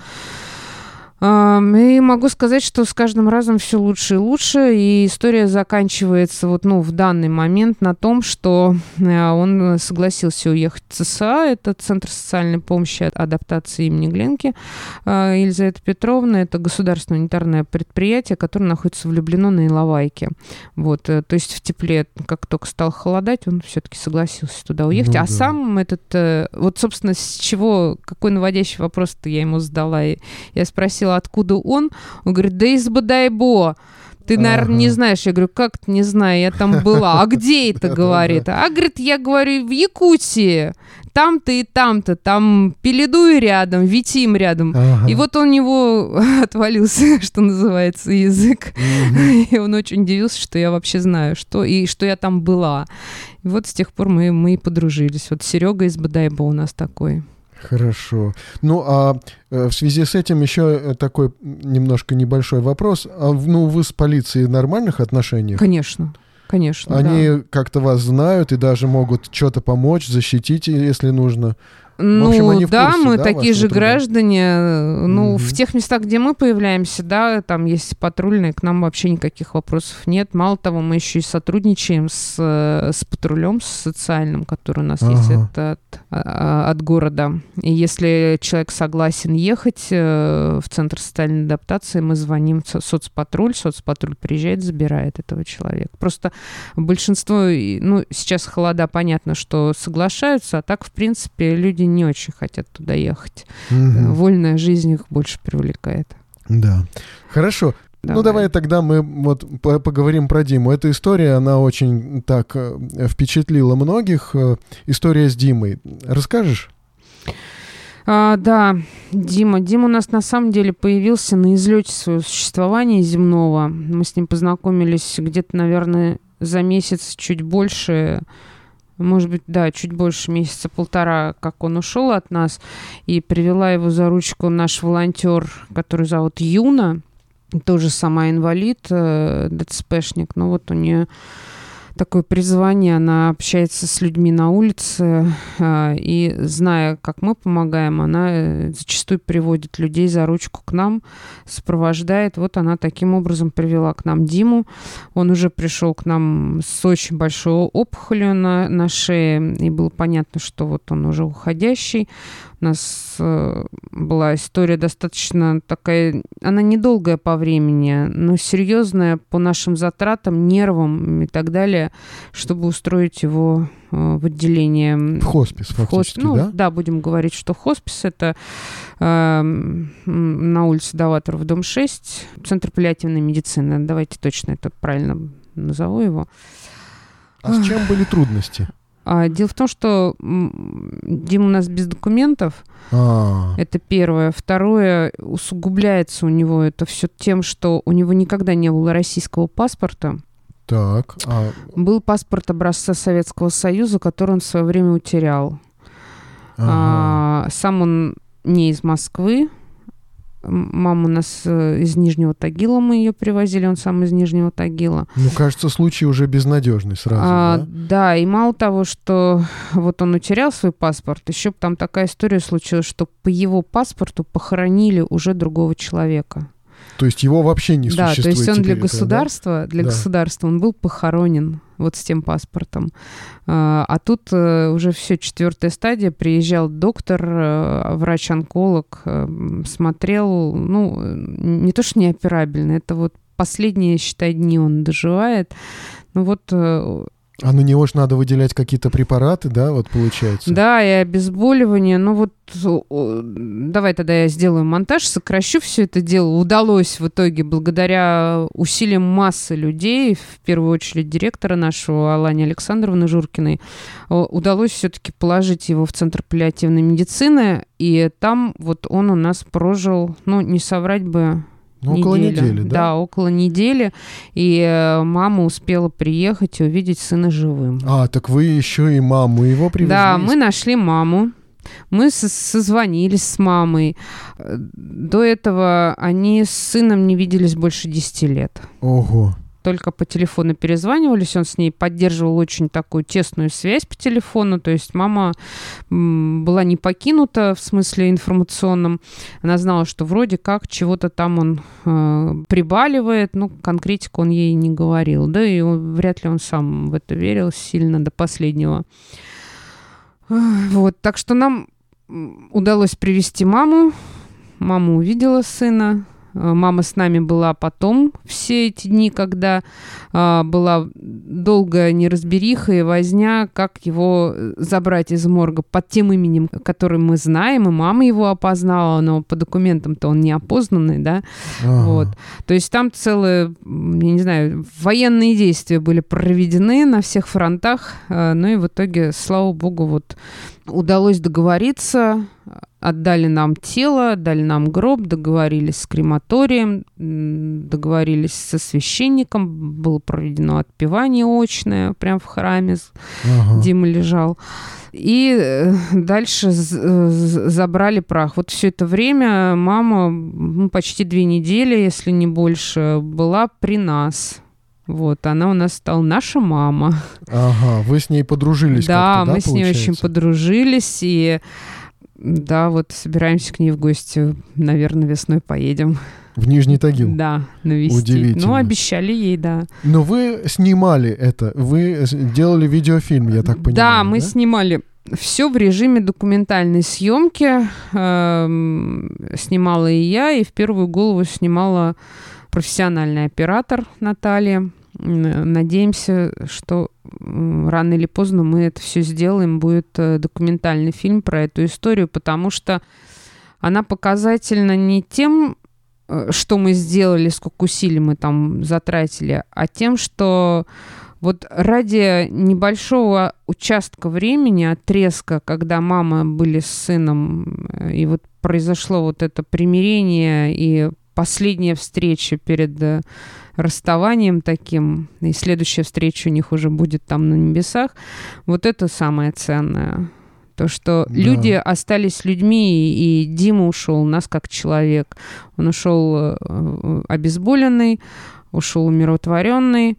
B: И могу сказать, что с каждым разом все лучше и лучше, и история заканчивается вот, в данный момент на том, что он согласился уехать в ЦСА, это Центр социальной помощи и адаптации имени Гленки Елизаветы Петровны, это государственное унитарное предприятие, которое находится в Люблино на Иловайке. Вот, то есть в тепле, как только стало холодать, он все-таки согласился туда уехать. А сам вот, собственно, с чего, какой наводящий вопрос-то я ему задала, я спросила, откуда он говорит, да из Бодайбо. Ты, наверное, не знаешь. Я говорю, как ты не знаю, я там была. А где это, говорит? А, говорит, я говорю, в Якутии. Там-то и там-то. Там Пеледуй рядом, Витим рядом. И вот у него отвалился, что называется, язык. И он очень удивился, что я вообще знаю, что я там была. И вот с тех пор мы и подружились. Вот Серега из Бодайбо у нас такой.
A: Хорошо. Ну, а в связи с этим еще такой немножко небольшой вопрос. Вы с полицией в нормальных отношениях?
B: Конечно. Конечно,
A: Они как-то вас знают и даже могут что-то помочь, защитить, если нужно.
B: Ну,
A: в общем, они в
B: да,
A: курсе,
B: мы
A: да,
B: такие же
A: вашего труда?
B: граждане. Ну,
A: Мгм.
B: в тех местах, где мы появляемся, да, там есть патрульные, к нам вообще никаких вопросов нет. Мало того, мы еще и сотрудничаем с патрулем, с социальным, который у нас есть от города. И если человек согласен ехать в Центр социальной адаптации, мы звоним в соцпатруль приезжает, забирает этого человека. Просто большинство, ну, сейчас холода, понятно, что соглашаются, а так, в принципе, люди не очень хотят туда ехать.
A: Мгм.
B: Вольная жизнь их больше привлекает.
A: Да. Хорошо. Ну, давай тогда мы вот поговорим про Диму. Эта история, она очень так впечатлила многих. История с Димой. Расскажешь?
B: Да, Дима у нас на самом деле появился на излете своего существования земного. Мы с ним познакомились где-то, наверное, за месяц, чуть больше, может быть, да, чуть больше месяца полтора, как он ушел от нас. И привела его за ручку наш волонтер, который зовут Юна, тоже сама инвалид, ДЦПшник. Но вот у нее такое призвание, она общается с людьми на улице, и, зная, как мы помогаем, она зачастую приводит людей за ручку к нам, сопровождает. Вот она таким образом привела к нам Диму. Он уже пришел к нам с очень большой опухолью на шее, и было понятно, что вот он уже уходящий. У нас была история достаточно такая, она недолгая по времени, но серьезная по нашим затратам, нервам и так далее, чтобы устроить его в отделение.
A: В хоспис, фактически,
B: ну,
A: да?
B: Да, будем говорить, что хоспис — это на улице Даваторов, дом 6, Центр паллиативной медицины. Давайте точно это правильно назову его.
A: А с чем были трудности?
B: Дело в том, что Дима у нас без документов. Это первое. Второе, усугубляется у него это все тем, что у него никогда не было российского паспорта.
A: Так.
B: Был паспорт образца Советского Союза, который он в свое время утерял. Сам он не из Москвы. Мама у нас из Нижнего Тагила, мы ее привозили, он сам из Нижнего Тагила.
A: Ну, кажется, случай уже безнадежный сразу, да?
B: Да, и мало того, что вот он утерял свой паспорт, еще там такая история случилась, что по его паспорту похоронили уже другого человека.
A: То есть его вообще не существует.
B: Да, то есть он для
A: этого,
B: государства, государства он был похоронен вот с тем паспортом. А тут уже все, 4-я стадия, приезжал доктор, врач-онколог, смотрел, ну, не то что неоперабельно, это вот последние, считай, дни он доживает. Ну вот...
A: А на него же надо выделять какие-то препараты, да, вот получается?
B: Да, и обезболивание. Ну вот давай тогда я сделаю монтаж, сокращу все это дело. Удалось в итоге, благодаря усилиям массы людей, в первую очередь директора нашего Алани Александровны Журкиной, удалось все-таки положить его в Центр паллиативной медицины, и там вот он у нас прожил, ну, не соврать бы,
A: около недели, да?
B: Да, около недели. И мама успела приехать и увидеть сына живым.
A: Так вы еще и маму его привезли?
B: Да, мы нашли маму. Мы созвонились с мамой. До этого они с сыном не виделись больше 10 лет.
A: Ого.
B: Только по телефону перезванивались, он с ней поддерживал очень такую тесную связь по телефону, то есть мама была не покинута в смысле информационном, она знала, что вроде как чего-то там он прибаливает, ну, конкретику он ей не говорил, да, и вряд ли он сам в это верил сильно до последнего. Вот, так что нам удалось привести маму, мама увидела сына. Мама с нами была потом все эти дни, когда была долгая неразбериха и возня, как его забрать из морга под тем именем, которое мы знаем, и мама его опознала, но по документам-то он не опознанный, да. Вот. То есть там целые, я не знаю, военные действия были проведены на всех фронтах, ну и в итоге, слава богу, вот удалось договориться. Отдали нам тело, отдали нам гроб, договорились с крематорием, договорились со священником, было проведено отпевание очное прямо в храме, Дима лежал. И дальше забрали прах. Вот все это время мама почти 2 недели, если не больше, была при нас. Вот, она у нас стала наша мама.
A: Вы с ней подружились как-то, да,
B: мы с ней очень подружились, и Да, вот собираемся к ней в гости. Наверное, весной поедем.
A: В Нижний Тагил?
B: Да, навестить.
A: Удивительно.
B: Ну, обещали ей, да.
A: Но вы снимали это, вы делали видеофильм, я так понимаю,
B: да? Мы снимали все в режиме документальной съемки. Снимала и я, и в первую голову снимала профессиональный оператор Наталья. Надеемся, что рано или поздно мы это все сделаем. Будет документальный фильм про эту историю, потому что она показательна не тем, что мы сделали, сколько усилий мы там затратили, а тем, что вот ради небольшого участка времени, отрезка, когда мама были с сыном, и вот произошло вот это примирение и последняя встреча перед расставанием таким, и следующая встреча у них уже будет там на небесах, вот это самое ценное. То, что люди остались людьми, и Дима ушел у нас как человек. Он ушел обезболенный, ушел умиротворенный,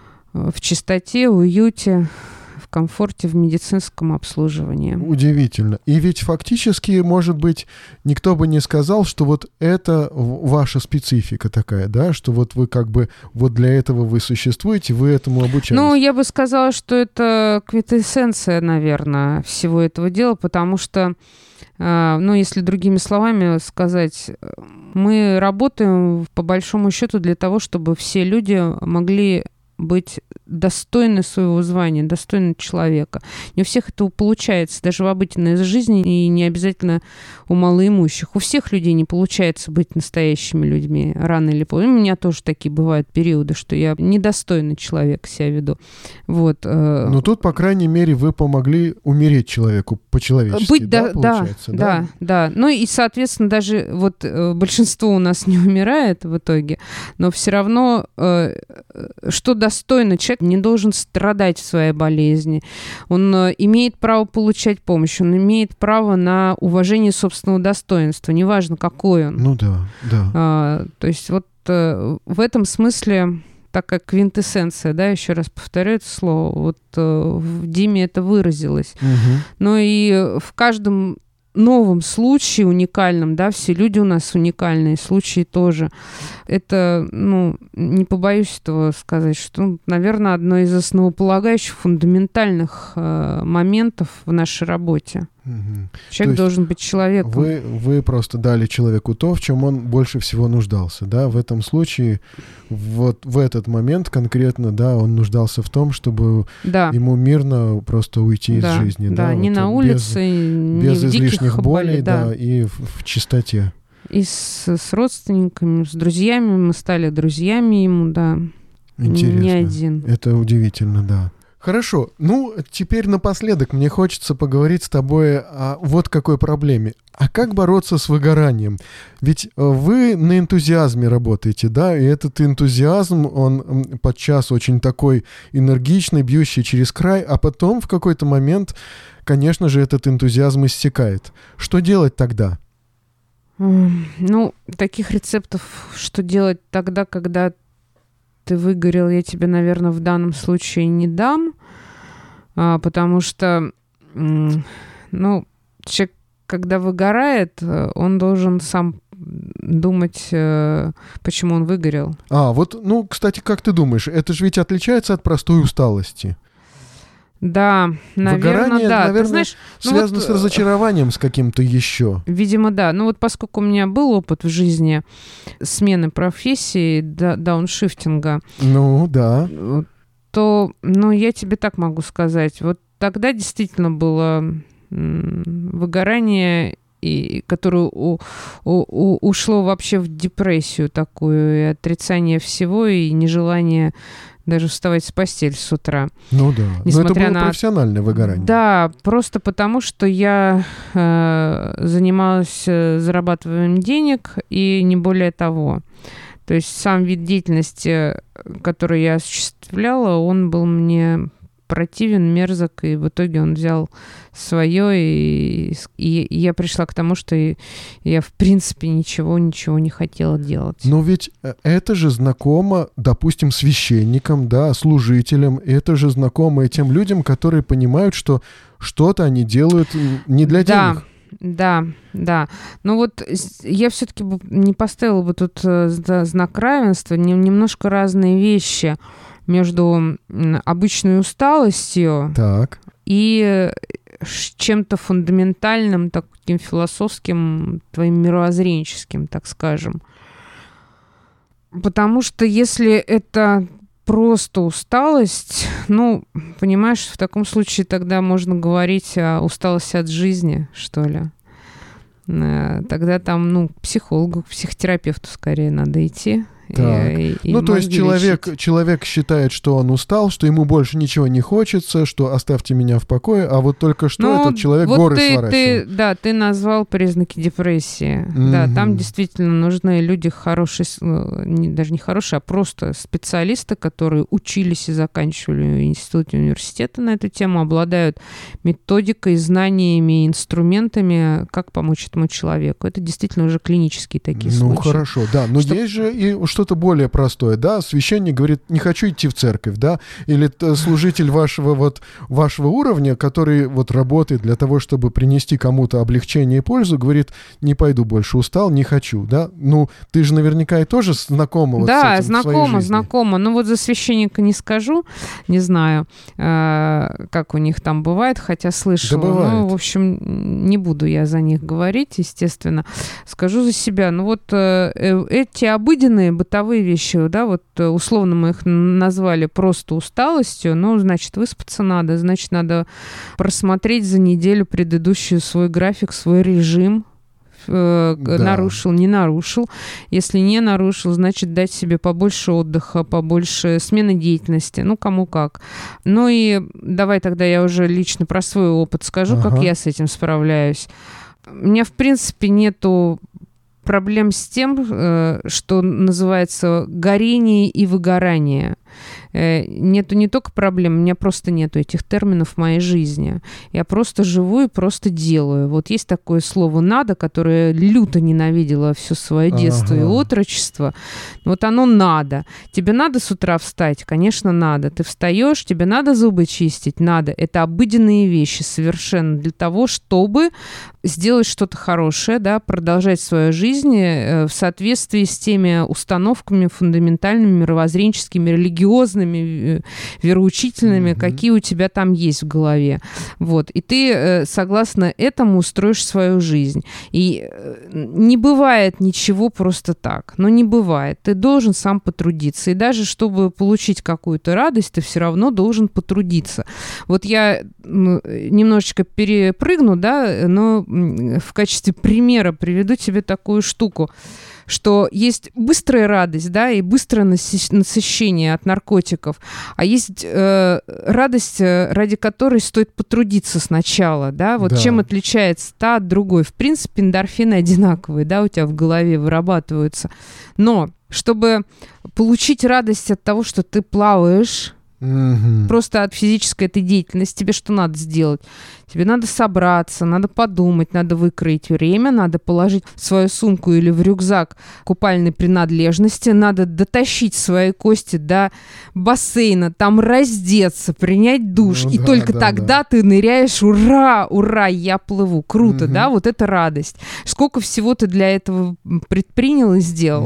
B: в чистоте, уюте, в комфорте, в медицинском обслуживании.
A: Удивительно. И ведь фактически, может быть, никто бы не сказал, что вот это ваша специфика такая, да, что вот вы как бы вот для этого вы существуете, вы этому обучаетесь.
B: Ну, я бы сказала, что это квинтэссенция, наверное, всего этого дела, потому что, ну, если другими словами сказать, мы работаем по большому счету для того, чтобы все люди могли быть достойны своего звания, достойны человека. Не у всех это получается, даже в обыденной жизни, и не обязательно у малоимущих. У всех людей не получается быть настоящими людьми рано или поздно. У меня тоже такие бывают периоды, что я недостойный человек себя веду. Вот.
A: Но тут, по крайней мере, вы помогли умереть человеку по-человечески,
B: быть,
A: получается?
B: Да. Ну и, соответственно, даже вот большинство у нас не умирает в итоге, но все равно, что достойно, человек не должен страдать в своей болезни. Он имеет право получать помощь, он имеет право на уважение собственного достоинства, неважно, какой он.
A: Ну да.
B: То есть вот в этом смысле такая квинтэссенция, да, еще раз повторю это слово, вот в Диме это выразилось. Но и в каждом новом случае уникальном, да, все люди у нас уникальные, случаи тоже. Это, ну, не побоюсь этого сказать, что, наверное, одно из основополагающих, фундаментальных моментов в нашей работе. Человек должен быть человеком.
A: Вы просто дали человеку то, в чем он больше всего нуждался, да, в этом случае, вот в этот момент конкретно, да, он нуждался в том, чтобы ему мирно просто уйти из жизни, да,
B: не вот на улице,
A: без излишних болей, да, и в чистоте.
B: И с родственниками, с друзьями, мы стали друзьями ему, да.
A: Интересно.
B: Не один.
A: Это удивительно, да. Хорошо, ну, теперь напоследок мне хочется поговорить с тобой о вот какой проблеме. А как бороться с выгоранием? Ведь вы на энтузиазме работаете, да, и этот энтузиазм, он подчас очень такой энергичный, бьющий через край, а потом в какой-то момент, конечно же, этот энтузиазм иссякает. Что делать тогда?
B: Ну, таких рецептов, что делать тогда, когда ты выгорел, я тебе, наверное, в данном случае не дам, потому что, ну, человек, когда выгорает, он должен сам думать, почему он выгорел.
A: Вот, ну, кстати, как ты думаешь, это же ведь отличается от простой усталости?
B: Да, наверное,
A: выгорание,
B: да.
A: Наверное,
B: ты знаешь,
A: связано с разочарованием с каким-то еще.
B: Видимо, да. Ну вот поскольку у меня был опыт в жизни смены профессии, дауншифтинга,
A: ну да,
B: то, ну, я тебе так могу сказать. Вот тогда действительно было выгорание, которое ушло вообще в депрессию такую, и отрицание всего, и нежелание даже вставать с постели с утра.
A: Ну да, но это было профессиональное выгорание.
B: Да, просто потому, что я занималась зарабатыванием денег, и не более того. То есть сам вид деятельности, который я осуществляла, он был мне противен, мерзок, и в итоге он взял свое, и я пришла к тому, что я, в принципе, ничего не хотела делать.
A: Но ведь это же знакомо, допустим, священникам, да, служителям, это же знакомо и тем людям, которые понимают, что что-то они делают не для денег.
B: Да. Но вот я все-таки не поставила бы тут знак равенства. Немножко разные вещи между обычной усталостью и чем-то фундаментальным, таким философским, твоим мировоззренческим, так скажем. Потому что если это просто усталость, понимаешь, в таком случае тогда можно говорить о усталости от жизни, что ли. Тогда там, к психологу, к психотерапевту скорее надо идти.
A: То есть человек считает, что он устал, что ему больше ничего не хочется, что оставьте меня в покое, а вот только что этот человек вот горы сворачивает.
B: Ты назвал признаки депрессии. Да, там действительно нужны люди хорошие, даже не хорошие, а просто специалисты, которые учились и заканчивали институт и университеты на эту тему, обладают методикой, знаниями, инструментами, как помочь этому человеку. Это действительно уже клинические такие случаи.
A: Хорошо, да, но есть же и что-то более простое, да, священник говорит, не хочу идти в церковь, да, или служитель вашего уровня, который работает для того, чтобы принести кому-то облегчение и пользу, говорит, не пойду больше, устал, не хочу, да, ты же наверняка и тоже знакома с этим в своей жизни.
B: знакома, за священника не скажу, не знаю, как у них там бывает, хотя слышала,
A: да бывает.
B: В общем, не буду я за них говорить, естественно, скажу за себя, эти обыденные бытовые вещи, да, условно мы их назвали просто усталостью, значит, выспаться надо, значит, надо просмотреть за неделю предыдущую свой график, свой режим, нарушил, не нарушил. Если не нарушил, значит, дать себе побольше отдыха, побольше смены деятельности, кому как. И давай тогда я уже лично про свой опыт скажу, как я с этим справляюсь. У меня, в принципе, нету проблем с тем, что называется горение и выгорание. Нету не только проблем, у меня просто нету этих терминов в моей жизни. Я просто живу и просто делаю. Вот есть такое слово «надо», которое люто ненавидела все свое детство и отрочество. Вот оно «надо». Тебе надо с утра встать? Конечно, надо. Ты встаешь, тебе надо зубы чистить? Надо. Это обыденные вещи совершенно для того, чтобы сделать что-то хорошее, да, продолжать свою жизнь в соответствии с теми установками фундаментальными, мировоззренческими, религиозными, вероучительными, какие у тебя там есть в голове. И ты, согласно этому, строишь свою жизнь. И не бывает ничего просто так. Не бывает. Ты должен сам потрудиться. И даже чтобы получить какую-то радость, ты все равно должен потрудиться. Я немножечко перепрыгну, да, но в качестве примера приведу тебе такую штуку, что есть быстрая радость, да, и быстрое насыщение от наркотиков, а есть радость, ради которой стоит потрудиться сначала, да, чем отличается та от другой. В принципе, эндорфины одинаковые, да, у тебя в голове вырабатываются, но чтобы получить радость от того, что ты плаваешь, просто от физической этой деятельности, тебе что надо сделать? Тебе надо собраться, надо подумать, надо выкроить время, надо положить в свою сумку или в рюкзак купальной принадлежности, надо дотащить свои кости до бассейна, там раздеться, принять душ, и только тогда ты ныряешь, ура, я плыву, круто, да, это радость. Сколько всего ты для этого предпринял и сделал.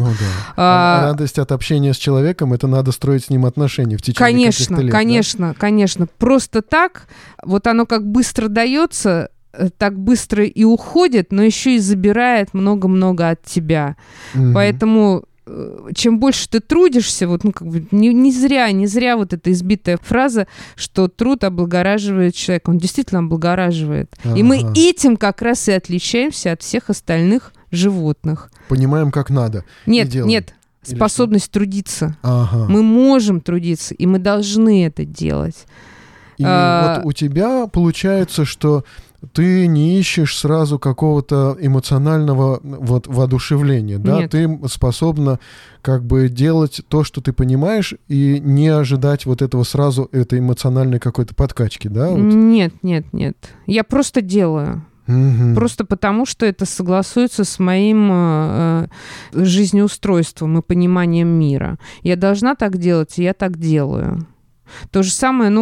A: Радость от общения с человеком, это надо строить с ним отношения в течение каких-то лет.
B: Конечно. Просто так, оно как быстро дается, так быстро и уходит, но еще и забирает много-много от тебя. Поэтому чем больше ты трудишься, не зря эта избитая фраза, что труд облагораживает человека. Он действительно облагораживает. И мы этим как раз и отличаемся от всех остальных животных.
A: Понимаем, как надо.
B: Нет. Способность трудиться. Мы можем трудиться, и мы должны это делать.
A: И у тебя получается, что ты не ищешь сразу какого-то эмоционального воодушевления, да?
B: Нет.
A: Ты способна делать то, что ты понимаешь, и не ожидать этого сразу, этой эмоциональной какой-то подкачки, да?
B: Нет. Я просто делаю. Просто потому, что это согласуется с моим жизнеустройством и пониманием мира. Я должна так делать, и я так делаю. То же самое,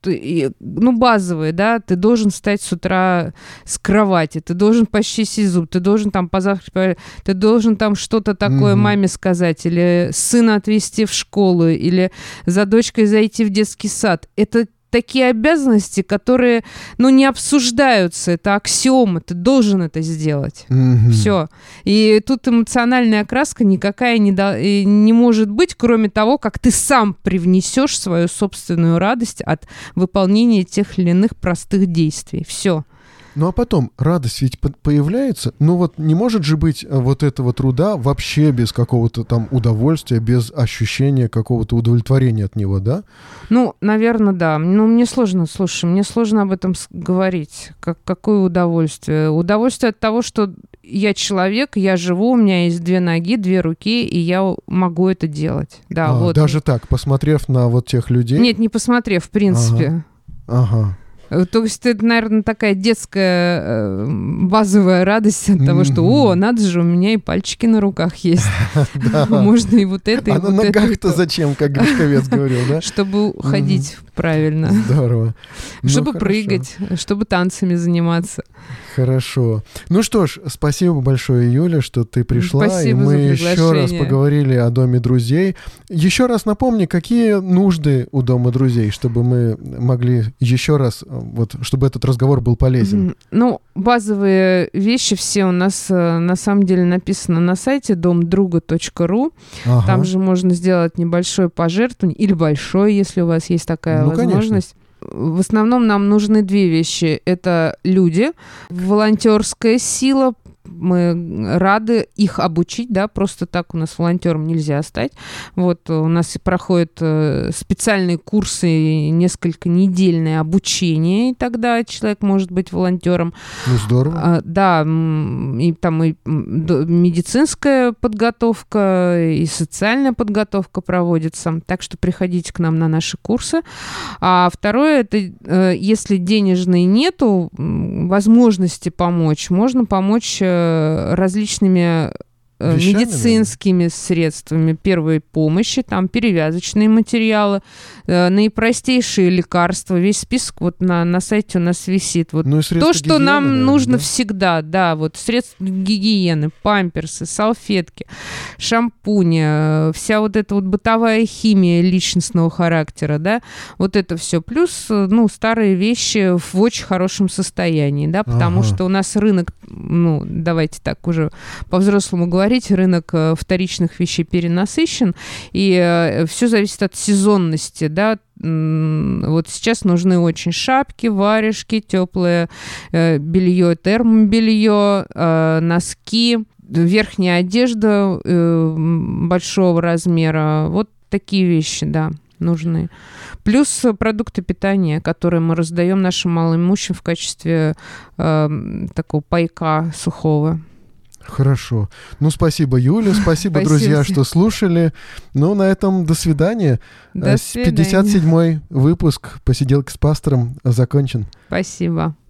B: базовые, да, ты должен встать с утра с кровати, ты должен почистить зуб, ты должен там позавтракать, ты должен там что-то такое маме сказать, или сына отвезти в школу, или за дочкой зайти в детский сад. Это такие обязанности, которые, не обсуждаются, это аксиома, ты должен это сделать. Все. И тут эмоциональная окраска никакая не может быть, кроме того, как ты сам привнесешь свою собственную радость от выполнения тех или иных простых действий. Все.
A: Ну а потом радость ведь появляется. Не может же быть вот этого труда вообще без какого-то там удовольствия, без ощущения какого-то удовлетворения от него, да?
B: Наверное, да. Мне сложно об этом говорить. Какое удовольствие? Удовольствие от того, что я человек, я живу, у меня есть 2 ноги, 2 руки, и я могу это делать. Да, вот.
A: Даже так, посмотрев на вот тех людей?
B: Нет, не посмотрев, в принципе.
A: Ага.
B: То есть это, наверное, такая детская базовая радость от того, что, надо же, у меня и пальчики на руках есть. Можно и вот это, и вот это.
A: А на ногах-то зачем, как Гришковец говорил, да?
B: Чтобы ходить правильно.
A: Здорово.
B: Чтобы прыгать, чтобы танцами заниматься.
A: Хорошо. Ну что ж, спасибо большое, Юля, что ты пришла.
B: Спасибо
A: и мы
B: за приглашение.
A: еще раз поговорили о Доме друзей. Еще раз напомни, какие нужды у Дома друзей, чтобы мы могли еще раз, чтобы этот разговор был полезен.
B: Базовые вещи все у нас на самом деле написано на сайте домдруга.ру. Ага. Там же можно сделать небольшое пожертвование или большое, если у вас есть такая возможность. Конечно. В основном нам нужны 2 вещи. Это люди, волонтерская сила. Мы рады их обучить, да, просто так у нас волонтером нельзя стать. У нас проходят специальные курсы, несколько недельное обучение, и тогда человек может быть волонтером.
A: Здорово.
B: Да, и там и медицинская подготовка, и социальная подготовка проводится, так что приходите к нам на наши курсы. А второе, это если денежной нету возможности помочь, можно помочь различными медицинскими средствами первой помощи, там перевязочные материалы, наипростейшие лекарства, весь список на сайте у нас висит. То, что нам наверное, нужно всегда, да, средства гигиены, памперсы, салфетки, шампуни, вся эта бытовая химия личностного характера, да, это все. Плюс, старые вещи в очень хорошем состоянии, да, потому что у нас рынок, давайте так уже по-взрослому говорить, рынок вторичных вещей перенасыщен, и все зависит от сезонности, да. Сейчас нужны очень шапки, варежки, теплое белье, термобелье, носки, верхняя одежда большого размера. Такие вещи, да, нужны. Плюс продукты питания, которые мы раздаем нашим малоимущим в качестве такого пайка сухого.
A: Хорошо. Спасибо, Юля, спасибо, друзья, что слушали. На этом до свидания.
B: До свидания.
A: 57-й выпуск «Посиделки с пастором» закончен.
B: Спасибо.